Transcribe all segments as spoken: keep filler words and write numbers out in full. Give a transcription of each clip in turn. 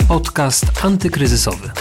Podcast antykryzysowy.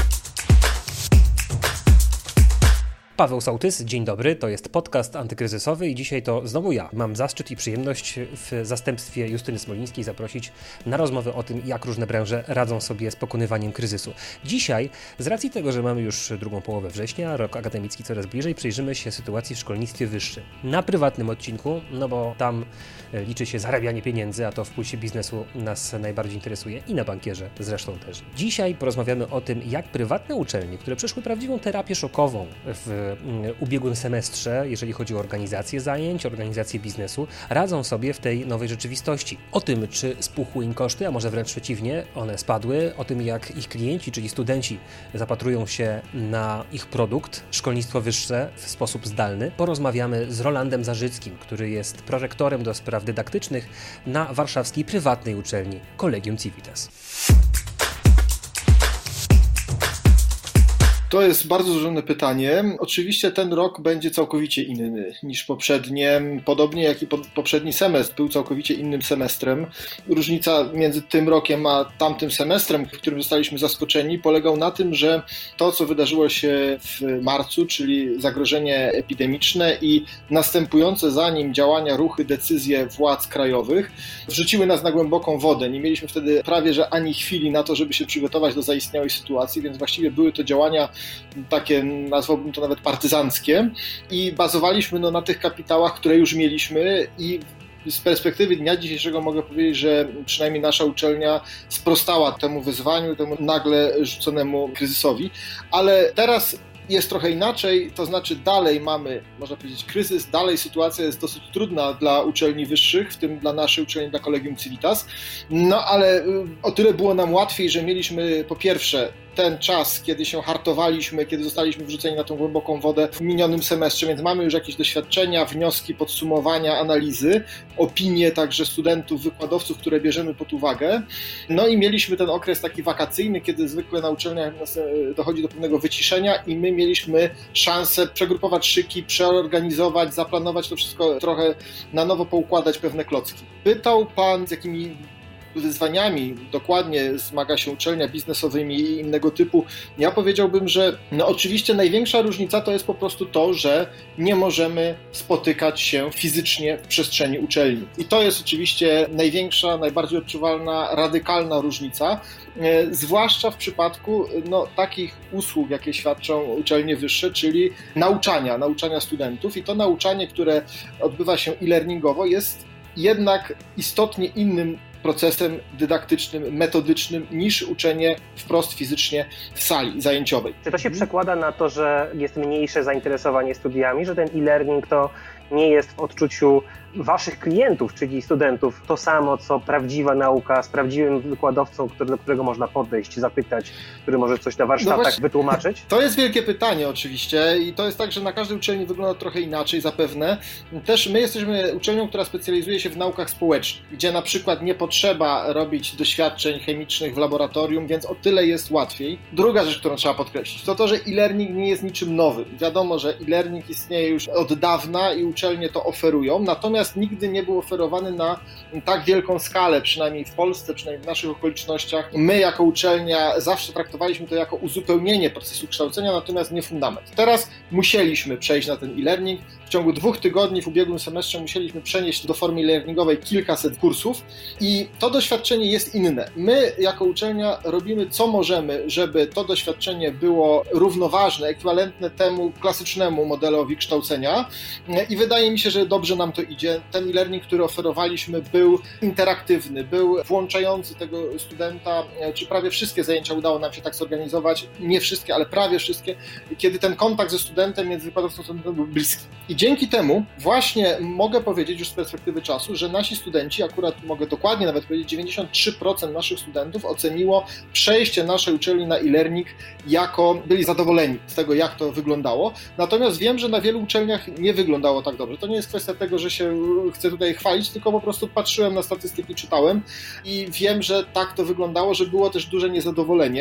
Paweł Sołtys, dzień dobry, to jest podcast antykryzysowy i dzisiaj to znowu ja. Mam zaszczyt i przyjemność w zastępstwie Justyny Smolińskiej zaprosić na rozmowę o tym, jak różne branże radzą sobie z pokonywaniem kryzysu. Dzisiaj, z racji tego, że mamy już drugą połowę września, rok akademicki coraz bliżej, przyjrzymy się sytuacji w szkolnictwie wyższym. Na prywatnym odcinku, no bo tam liczy się zarabianie pieniędzy, a to w pulsie biznesu nas najbardziej interesuje i na bankierze zresztą też. Dzisiaj porozmawiamy o tym, jak prywatne uczelnie, które przeszły prawdziwą terapię szokową w ubiegłym semestrze, jeżeli chodzi o organizację zajęć, organizację biznesu, radzą sobie w tej nowej rzeczywistości. O tym, czy spuchły im koszty, a może wręcz przeciwnie, one spadły, o tym, jak ich klienci, czyli studenci, zapatrują się na ich produkt, szkolnictwo wyższe w sposób zdalny, porozmawiamy z Rolandem Zarzyckim, który jest prorektorem do spraw dydaktycznych na warszawskiej prywatnej uczelni Collegium Civitas. To jest bardzo złożone pytanie. Oczywiście ten rok będzie całkowicie inny niż poprzednie. Podobnie jak i poprzedni semestr był całkowicie innym semestrem. Różnica między tym rokiem a tamtym semestrem, w którym zostaliśmy zaskoczeni, polegał na tym, że to, co wydarzyło się w marcu, czyli zagrożenie epidemiczne i następujące za nim działania, ruchy, decyzje władz krajowych, wrzuciły nas na głęboką wodę. Nie mieliśmy wtedy prawie że ani chwili na to, żeby się przygotować do zaistniałej sytuacji, więc właściwie były to działania takie, nazwałbym to nawet partyzanckie i bazowaliśmy no, na tych kapitałach, które już mieliśmy i z perspektywy dnia dzisiejszego mogę powiedzieć, że przynajmniej nasza uczelnia sprostała temu wyzwaniu, temu nagle rzuconemu kryzysowi, ale teraz jest trochę inaczej, to znaczy dalej mamy, można powiedzieć, kryzys, dalej sytuacja jest dosyć trudna dla uczelni wyższych, w tym dla naszej uczelni, dla Collegium Civitas, no ale o tyle było nam łatwiej, że mieliśmy po pierwsze ten czas, kiedy się hartowaliśmy, kiedy zostaliśmy wrzuceni na tą głęboką wodę w minionym semestrze, więc mamy już jakieś doświadczenia, wnioski, podsumowania, analizy, opinie także studentów, wykładowców, które bierzemy pod uwagę. No i mieliśmy ten okres taki wakacyjny, kiedy zwykle na uczelniach dochodzi do pewnego wyciszenia i my mieliśmy szansę przegrupować szyki, przeorganizować, zaplanować to wszystko trochę na nowo, poukładać pewne klocki. Pytał pan, z jakimi wyzwaniami dokładnie zmaga się uczelnia, biznesowymi i innego typu. Ja powiedziałbym, że no oczywiście największa różnica to jest po prostu to, że nie możemy spotykać się fizycznie w przestrzeni uczelni. I to jest oczywiście największa, najbardziej odczuwalna, radykalna różnica, e, zwłaszcza w przypadku no, takich usług, jakie świadczą uczelnie wyższe, czyli nauczania, nauczania studentów i to nauczanie, które odbywa się e-learningowo, jest jednak istotnie innym procesem dydaktycznym, metodycznym niż uczenie wprost fizycznie w sali zajęciowej. Czy to się przekłada na to, że jest mniejsze zainteresowanie studiami, że ten e-learning to nie jest w odczuciu waszych klientów, czyli studentów, to samo, co prawdziwa nauka z prawdziwym wykładowcą, który, do którego można podejść, zapytać, który może coś na warsztatach no właśnie, wytłumaczyć? To jest wielkie pytanie oczywiście i to jest tak, że na każdej uczelni wygląda trochę inaczej zapewne. Też my jesteśmy uczelnią, która specjalizuje się w naukach społecznych, gdzie na przykład nie potrzeba robić doświadczeń chemicznych w laboratorium, więc o tyle jest łatwiej. Druga rzecz, którą trzeba podkreślić, to to, że e-learning nie jest niczym nowym. Wiadomo, że e-learning istnieje już od dawna i uczelnie to oferują, natomiast nigdy nie był oferowany na tak wielką skalę, przynajmniej w Polsce, przynajmniej w naszych okolicznościach. My jako uczelnia zawsze traktowaliśmy to jako uzupełnienie procesu kształcenia, natomiast nie fundament. Teraz musieliśmy przejść na ten e-learning. W ciągu dwóch tygodni w ubiegłym semestrze musieliśmy przenieść do formy e-learningowej kilkaset kursów i to doświadczenie jest inne. My jako uczelnia robimy co możemy, żeby to doświadczenie było równoważne, ekwiwalentne temu klasycznemu modelowi kształcenia i wydaje mi się, że dobrze nam to idzie. Ten e-learning, który oferowaliśmy, był interaktywny, był włączający tego studenta, czy prawie wszystkie zajęcia udało nam się tak zorganizować, nie wszystkie, ale prawie wszystkie, kiedy ten kontakt ze studentem, między wykładowcą a studentem był bliski. I dzięki temu właśnie mogę powiedzieć już z perspektywy czasu, że nasi studenci, akurat mogę dokładnie nawet powiedzieć, dziewięćdziesiąt trzy procent naszych studentów oceniło przejście naszej uczelni na e-learning jako, byli zadowoleni z tego, jak to wyglądało. Natomiast wiem, że na wielu uczelniach nie wyglądało tak dobrze. To nie jest kwestia tego, że się chcę tutaj chwalić, tylko po prostu patrzyłem na statystyki, czytałem i wiem, że tak to wyglądało, że było też duże niezadowolenie.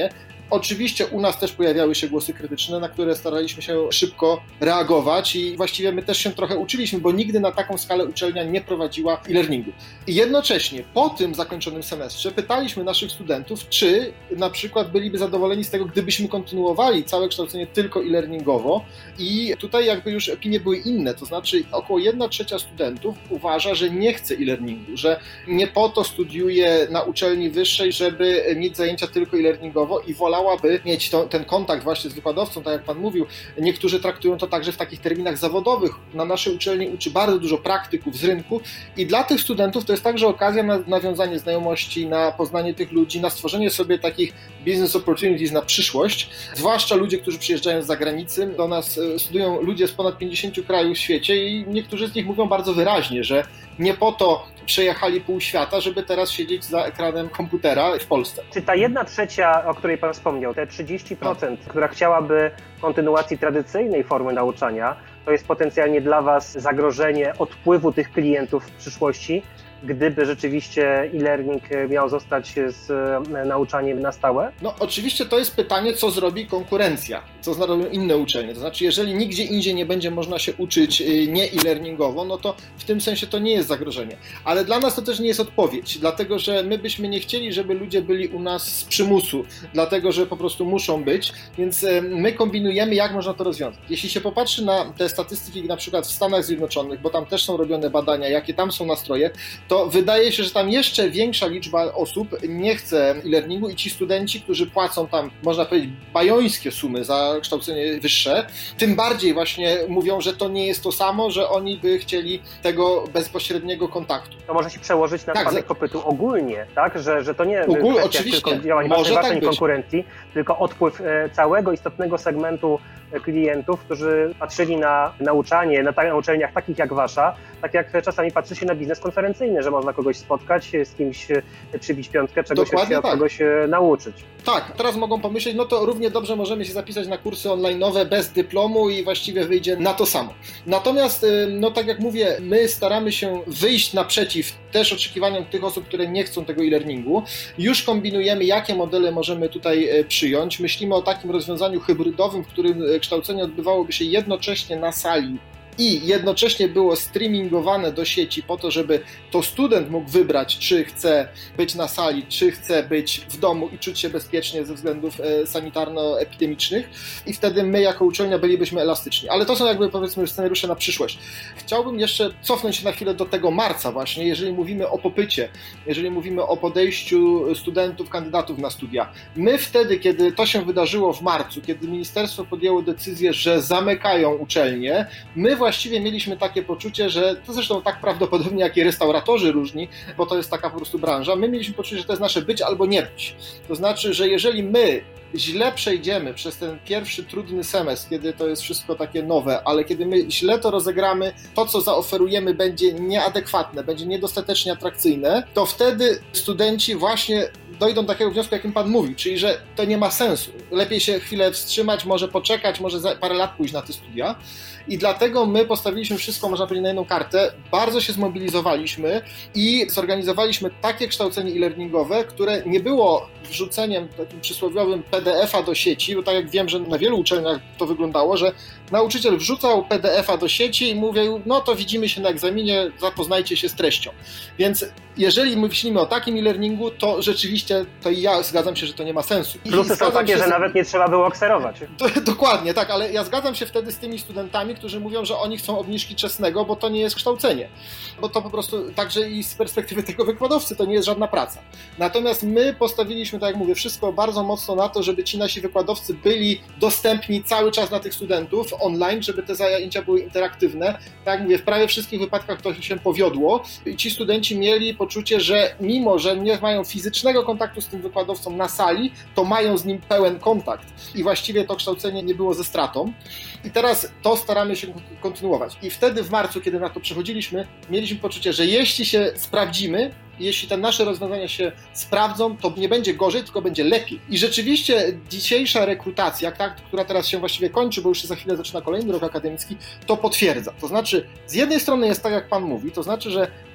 Oczywiście u nas też pojawiały się głosy krytyczne, na które staraliśmy się szybko reagować i właściwie my też się trochę uczyliśmy, bo nigdy na taką skalę uczelnia nie prowadziła e-learningu. I jednocześnie po tym zakończonym semestrze pytaliśmy naszych studentów, czy na przykład byliby zadowoleni z tego, gdybyśmy kontynuowali całe kształcenie tylko e-learningowo i tutaj jakby już opinie były inne, to znaczy około jedna trzecia studentów uważa, że nie chce e-learningu, że nie po to studiuje na uczelni wyższej, żeby mieć zajęcia tylko e-learningowo i wolałaby mieć to, ten kontakt właśnie z wykładowcą, tak jak Pan mówił. Niektórzy traktują to także w takich terminach zawodowych. Na naszej uczelni uczy bardzo dużo praktyków z rynku i dla tych studentów to jest także okazja na nawiązanie znajomości, na poznanie tych ludzi, na stworzenie sobie takich business opportunities na przyszłość, zwłaszcza ludzie, którzy przyjeżdżają z zagranicy. Do nas studiują ludzie z ponad pięćdziesięciu krajów w świecie i niektórzy z nich mówią bardzo wyraźnie, że nie po to przejechali pół świata, żeby teraz siedzieć za ekranem komputera w Polsce. Czy ta jedna trzecia, o której Pan wspomniał, te trzydzieści procent, no. która chciałaby kontynuacji tradycyjnej formy nauczania, to jest potencjalnie dla Was zagrożenie odpływu tych klientów w przyszłości, gdyby rzeczywiście e-learning miał zostać z nauczaniem na stałe? No oczywiście to jest pytanie, co zrobi konkurencja, co zrobią inne uczelnie. To znaczy, jeżeli nigdzie indziej nie będzie można się uczyć nie e-learningowo, no to w tym sensie to nie jest zagrożenie. Ale dla nas to też nie jest odpowiedź, dlatego że my byśmy nie chcieli, żeby ludzie byli u nas z przymusu, dlatego że po prostu muszą być, więc my kombinujemy, jak można to rozwiązać. Jeśli się popatrzy na te statystyki na przykład w Stanach Zjednoczonych, bo tam też są robione badania, jakie tam są nastroje, to wydaje się, że tam jeszcze większa liczba osób nie chce e-learningu i ci studenci, którzy płacą tam, można powiedzieć, bajońskie sumy za kształcenie wyższe, tym bardziej właśnie mówią, że to nie jest to samo, że oni by chcieli tego bezpośredniego kontaktu. To może się przełożyć na tak, spadek za... popytu ogólnie, tak? Że, że to nie Ogól, jest tylko działanie waszej tak konkurencji, tylko odpływ całego istotnego segmentu klientów, którzy patrzyli na nauczanie na, na uczelniach takich jak wasza, tak jak czasami patrzy się na biznes konferencyjny, że można kogoś spotkać, z kimś przybić piątkę, czegoś się tak. od kogoś nauczyć. Tak, teraz mogą pomyśleć, no to równie dobrze możemy się zapisać na kursy online'owe bez dyplomu i właściwie wyjdzie na to samo. Natomiast, no tak jak mówię, my staramy się wyjść naprzeciw też oczekiwaniom tych osób, które nie chcą tego e-learningu. Już kombinujemy, jakie modele możemy tutaj przyjąć. Myślimy o takim rozwiązaniu hybrydowym, w którym kształcenie odbywałoby się jednocześnie na sali i jednocześnie było streamingowane do sieci po to, żeby to student mógł wybrać, czy chce być na sali, czy chce być w domu i czuć się bezpiecznie ze względów sanitarno-epidemicznych i wtedy my jako uczelnia bylibyśmy elastyczni. Ale to są jakby powiedzmy scenariusze na przyszłość. Chciałbym jeszcze cofnąć się na chwilę do tego marca właśnie, jeżeli mówimy o popycie, jeżeli mówimy o podejściu studentów, kandydatów na studia. My wtedy, kiedy to się wydarzyło w marcu, kiedy ministerstwo podjęło decyzję, że zamykają uczelnie, my właściwie mieliśmy takie poczucie, że to zresztą tak prawdopodobnie jak i restauratorzy różni, bo to jest taka po prostu branża, my mieliśmy poczucie, że to jest nasze być albo nie być. To znaczy, że jeżeli my źle przejdziemy przez ten pierwszy trudny semestr, kiedy to jest wszystko takie nowe, ale kiedy my źle to rozegramy, to co zaoferujemy będzie nieadekwatne, będzie niedostatecznie atrakcyjne, to wtedy studenci właśnie dojdą do takiego wniosku, jakim Pan mówił, czyli że to nie ma sensu. Lepiej się chwilę wstrzymać, może poczekać, może za parę lat pójść na te studia. I dlatego my postawiliśmy wszystko, można powiedzieć, na jedną kartę, bardzo się zmobilizowaliśmy i zorganizowaliśmy takie kształcenie e-learningowe, które nie było wrzuceniem takim przysłowiowym P D F a do sieci, bo tak jak wiem, że na wielu uczelniach to wyglądało, że nauczyciel wrzucał P D F a do sieci i mówił, no to widzimy się na egzaminie, zapoznajcie się z treścią. Więc jeżeli myślimy o takim e-learningu, to rzeczywiście, to i ja zgadzam się, że to nie ma sensu. I Plusy są takie, że z... nawet nie trzeba było kserować. Dokładnie, tak, ale ja zgadzam się wtedy z tymi studentami, którzy mówią, że oni chcą obniżki czesnego, bo to nie jest kształcenie. Bo to po prostu, także i z perspektywy tego wykładowcy, to nie jest żadna praca. Natomiast my postawiliśmy, tak jak mówię, wszystko bardzo mocno na to, żeby ci nasi wykładowcy byli dostępni cały czas dla tych studentów online, żeby te zajęcia były interaktywne. Tak jak mówię, w prawie wszystkich wypadkach to się powiodło i ci studenci mieli poczucie, że mimo, że nie mają fizycznego kontaktu z tym wykładowcą na sali, to mają z nim pełen kontakt i właściwie to kształcenie nie było ze stratą. I teraz to staramy się kontynuować. I wtedy w marcu, kiedy na to przechodziliśmy, mieliśmy poczucie, że jeśli się sprawdzimy, jeśli te nasze rozwiązania się sprawdzą, to nie będzie gorzej, tylko będzie lepiej. I rzeczywiście dzisiejsza rekrutacja, ta, która teraz się właściwie kończy, bo już się za chwilę zaczyna kolejny rok akademicki, to potwierdza. To znaczy, z jednej strony jest tak, jak Pan mówi, to znaczy, że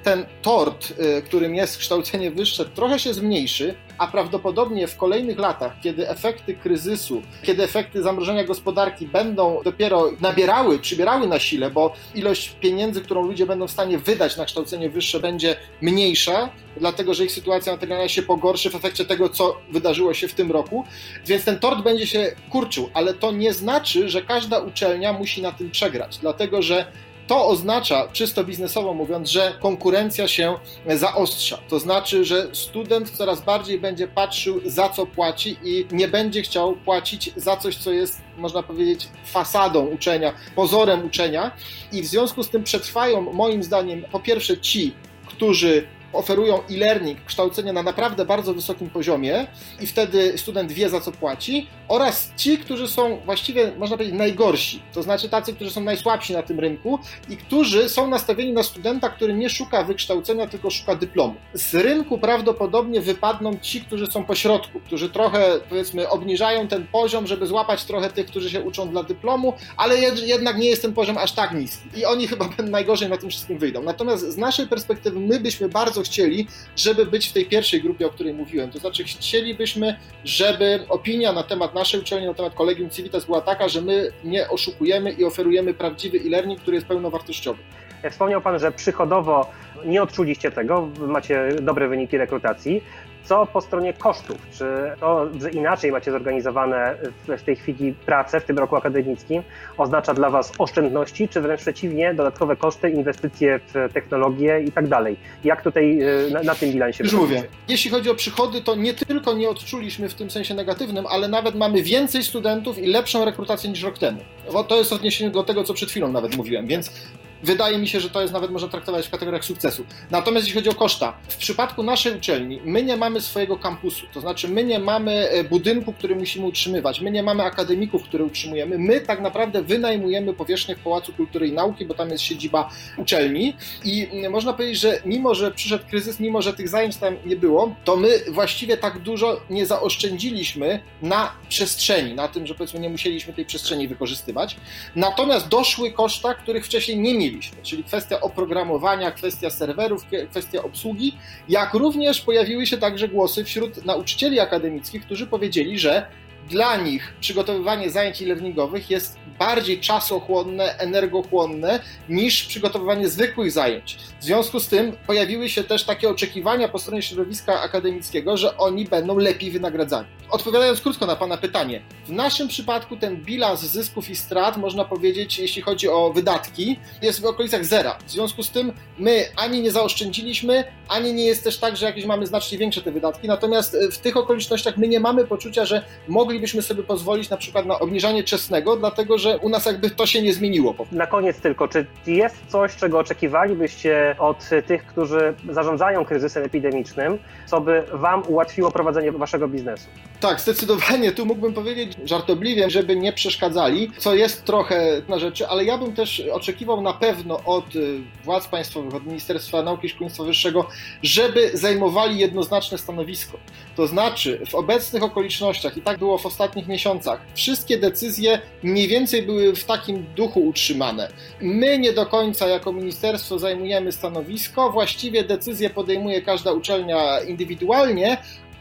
ten tort, którym jest kształcenie wyższe, trochę się zmniejszy, a prawdopodobnie w kolejnych latach, kiedy efekty kryzysu, kiedy efekty zamrożenia gospodarki będą dopiero nabierały, przybierały na sile, bo ilość pieniędzy, którą ludzie będą w stanie wydać na kształcenie wyższe, będzie mniejsza, dlatego że ich sytuacja materialna się pogorszy w efekcie tego, co wydarzyło się w tym roku, więc ten tort będzie się kurczył, ale to nie znaczy, że każda uczelnia musi na tym przegrać, dlatego że to oznacza, czysto biznesowo mówiąc, że konkurencja się zaostrza. To znaczy, że student coraz bardziej będzie patrzył, za co płaci i nie będzie chciał płacić za coś, co jest, można powiedzieć, fasadą uczenia, pozorem uczenia. I w związku z tym przetrwają, moim zdaniem, po pierwsze ci, którzy oferują e-learning, kształcenie na naprawdę bardzo wysokim poziomie i wtedy student wie, za co płaci, oraz ci, którzy są właściwie, można powiedzieć, najgorsi, to znaczy tacy, którzy są najsłabsi na tym rynku i którzy są nastawieni na studenta, który nie szuka wykształcenia, tylko szuka dyplomu. Z rynku prawdopodobnie wypadną ci, którzy są pośrodku, którzy trochę, powiedzmy, obniżają ten poziom, żeby złapać trochę tych, którzy się uczą dla dyplomu, ale jednak nie jest ten poziom aż tak niski i oni chyba najgorzej na tym wszystkim wyjdą. Natomiast z naszej perspektywy my byśmy bardzo chcieli, żeby być w tej pierwszej grupie, o której mówiłem. To znaczy chcielibyśmy, żeby opinia na temat naszej uczelni, na temat Collegium Civitas była taka, że my nie oszukujemy i oferujemy prawdziwy e-learning, który jest pełnowartościowy. Wspomniał Pan, że przychodowo nie odczuliście tego, macie dobre wyniki rekrutacji. Co po stronie kosztów? Czy to, że inaczej macie zorganizowane w tej chwili pracę w tym roku akademickim, oznacza dla Was oszczędności, czy wręcz przeciwnie, dodatkowe koszty, inwestycje w technologię i tak dalej? Jak tutaj na, na tym bilansie? Już mówię. Jeśli chodzi o przychody, to nie tylko nie odczuliśmy w tym sensie negatywnym, ale nawet mamy więcej studentów i lepszą rekrutację niż rok temu. Bo to jest w odniesieniu do tego, co przed chwilą nawet mówiłem, więc wydaje mi się, że to jest nawet można traktować w kategoriach sukcesu. Natomiast jeśli chodzi o koszta, w przypadku naszej uczelni my nie mamy swojego kampusu, to znaczy my nie mamy budynku, który musimy utrzymywać, my nie mamy akademików, które utrzymujemy, my tak naprawdę wynajmujemy powierzchnię w Pałacu Kultury i Nauki, bo tam jest siedziba uczelni i można powiedzieć, że mimo, że przyszedł kryzys, mimo, że tych zajęć tam nie było, to my właściwie tak dużo nie zaoszczędziliśmy na przestrzeni, na tym, że powiedzmy nie musieliśmy tej przestrzeni wykorzystywać. Natomiast doszły koszta, których wcześniej nie mieliśmy. Czyli kwestia oprogramowania, kwestia serwerów, kwestia obsługi, jak również pojawiły się także głosy wśród nauczycieli akademickich, którzy powiedzieli, że dla nich przygotowywanie zajęć e-learningowych jest bardziej czasochłonne, energochłonne niż przygotowywanie zwykłych zajęć. W związku z tym pojawiły się też takie oczekiwania po stronie środowiska akademickiego, że oni będą lepiej wynagradzani. Odpowiadając krótko na Pana pytanie, w naszym przypadku ten bilans zysków i strat, można powiedzieć, jeśli chodzi o wydatki, jest w okolicach zera. W związku z tym my ani nie zaoszczędziliśmy, ani nie jest też tak, że jakieś mamy znacznie większe te wydatki, natomiast w tych okolicznościach my nie mamy poczucia, że moglibyśmy sobie pozwolić na przykład na obniżanie czesnego, dlatego że u nas jakby to się nie zmieniło. Na koniec tylko, czy jest coś, czego oczekiwalibyście od tych, którzy zarządzają kryzysem epidemicznym, co by Wam ułatwiło prowadzenie Waszego biznesu? Tak, zdecydowanie. Tu mógłbym powiedzieć żartobliwie, żeby nie przeszkadzali, co jest trochę na rzeczy, ale ja bym też oczekiwał na pewno od władz państwowych, od Ministerstwa Nauki i Szkolnictwa Wyższego, żeby zajmowali jednoznaczne stanowisko. To znaczy w obecnych okolicznościach, i tak było w ostatnich miesiącach, wszystkie decyzje mniej więcej były w takim duchu utrzymane. My nie do końca jako ministerstwo zajmujemy stanowisko, właściwie decyzje podejmuje każda uczelnia indywidualnie,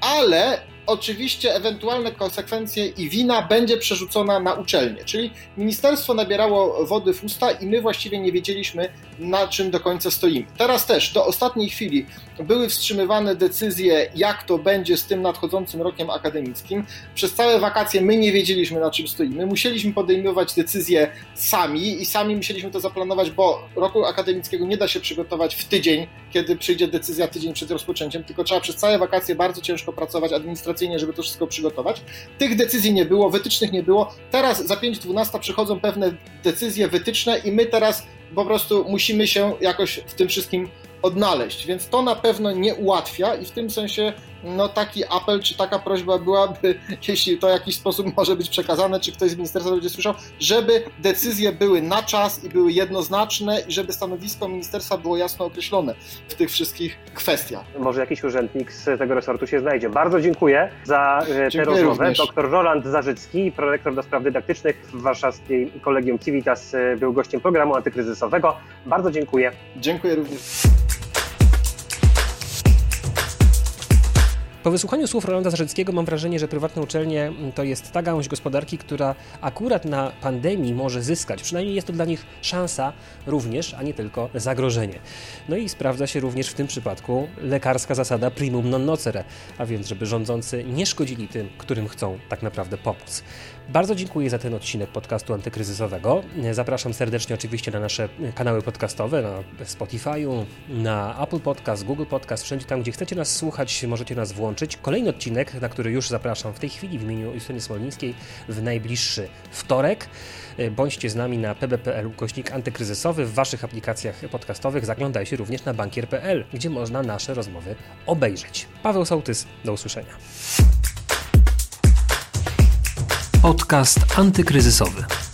ale oczywiście ewentualne konsekwencje i wina będzie przerzucona na uczelnię, czyli ministerstwo nabierało wody w usta i my właściwie nie wiedzieliśmy, na czym do końca stoimy. Teraz też do ostatniej chwili były wstrzymywane decyzje, jak to będzie z tym nadchodzącym rokiem akademickim. Przez całe wakacje my nie wiedzieliśmy, na czym stoimy. Musieliśmy podejmować decyzje sami i sami musieliśmy to zaplanować, bo roku akademickiego nie da się przygotować w tydzień, kiedy przyjdzie decyzja tydzień przed rozpoczęciem, tylko trzeba przez całe wakacje bardzo ciężko pracować administracyjnie, żeby to wszystko przygotować. Tych decyzji nie było, wytycznych nie było. Teraz za pięć dwanaście przychodzą pewne decyzje, wytyczne i my teraz po prostu musimy się jakoś w tym wszystkim odnaleźć, więc to na pewno nie ułatwia i w tym sensie no taki apel, czy taka prośba byłaby, jeśli to w jakiś sposób może być przekazane, czy ktoś z ministerstwa będzie słyszał, żeby decyzje były na czas i były jednoznaczne i żeby stanowisko ministerstwa było jasno określone w tych wszystkich kwestiach. Może jakiś urzędnik z tego resortu się znajdzie. Bardzo dziękuję za tę rozmowę. Również. Doktor Roland Zarzycki, prorektor do spraw dydaktycznych w warszawskiej Collegium Civitas, był gościem programu antykryzysowego. Bardzo dziękuję. Dziękuję również. Po wysłuchaniu słów Rolanda Zarzeckiego mam wrażenie, że prywatne uczelnie to jest ta gałąź gospodarki, która akurat na pandemii może zyskać. Przynajmniej jest to dla nich szansa również, a nie tylko zagrożenie. No i sprawdza się również w tym przypadku lekarska zasada primum non nocere, a więc żeby rządzący nie szkodzili tym, którym chcą tak naprawdę pomóc. Bardzo dziękuję za ten odcinek podcastu antykryzysowego. Zapraszam serdecznie oczywiście na nasze kanały podcastowe, na Spotify'u, na Apple Podcast, Google Podcast, wszędzie tam, gdzie chcecie nas słuchać, możecie nas włączyć. Kolejny odcinek, na który już zapraszam w tej chwili w imieniu Justyny Smolińskiej w najbliższy wtorek. Bądźcie z nami na p b kropka p l ukośnik antykryzysowy w waszych aplikacjach podcastowych. Zaglądajcie również na bankier kropka p l, gdzie można nasze rozmowy obejrzeć. Paweł Sołtys, do usłyszenia. Podcast antykryzysowy.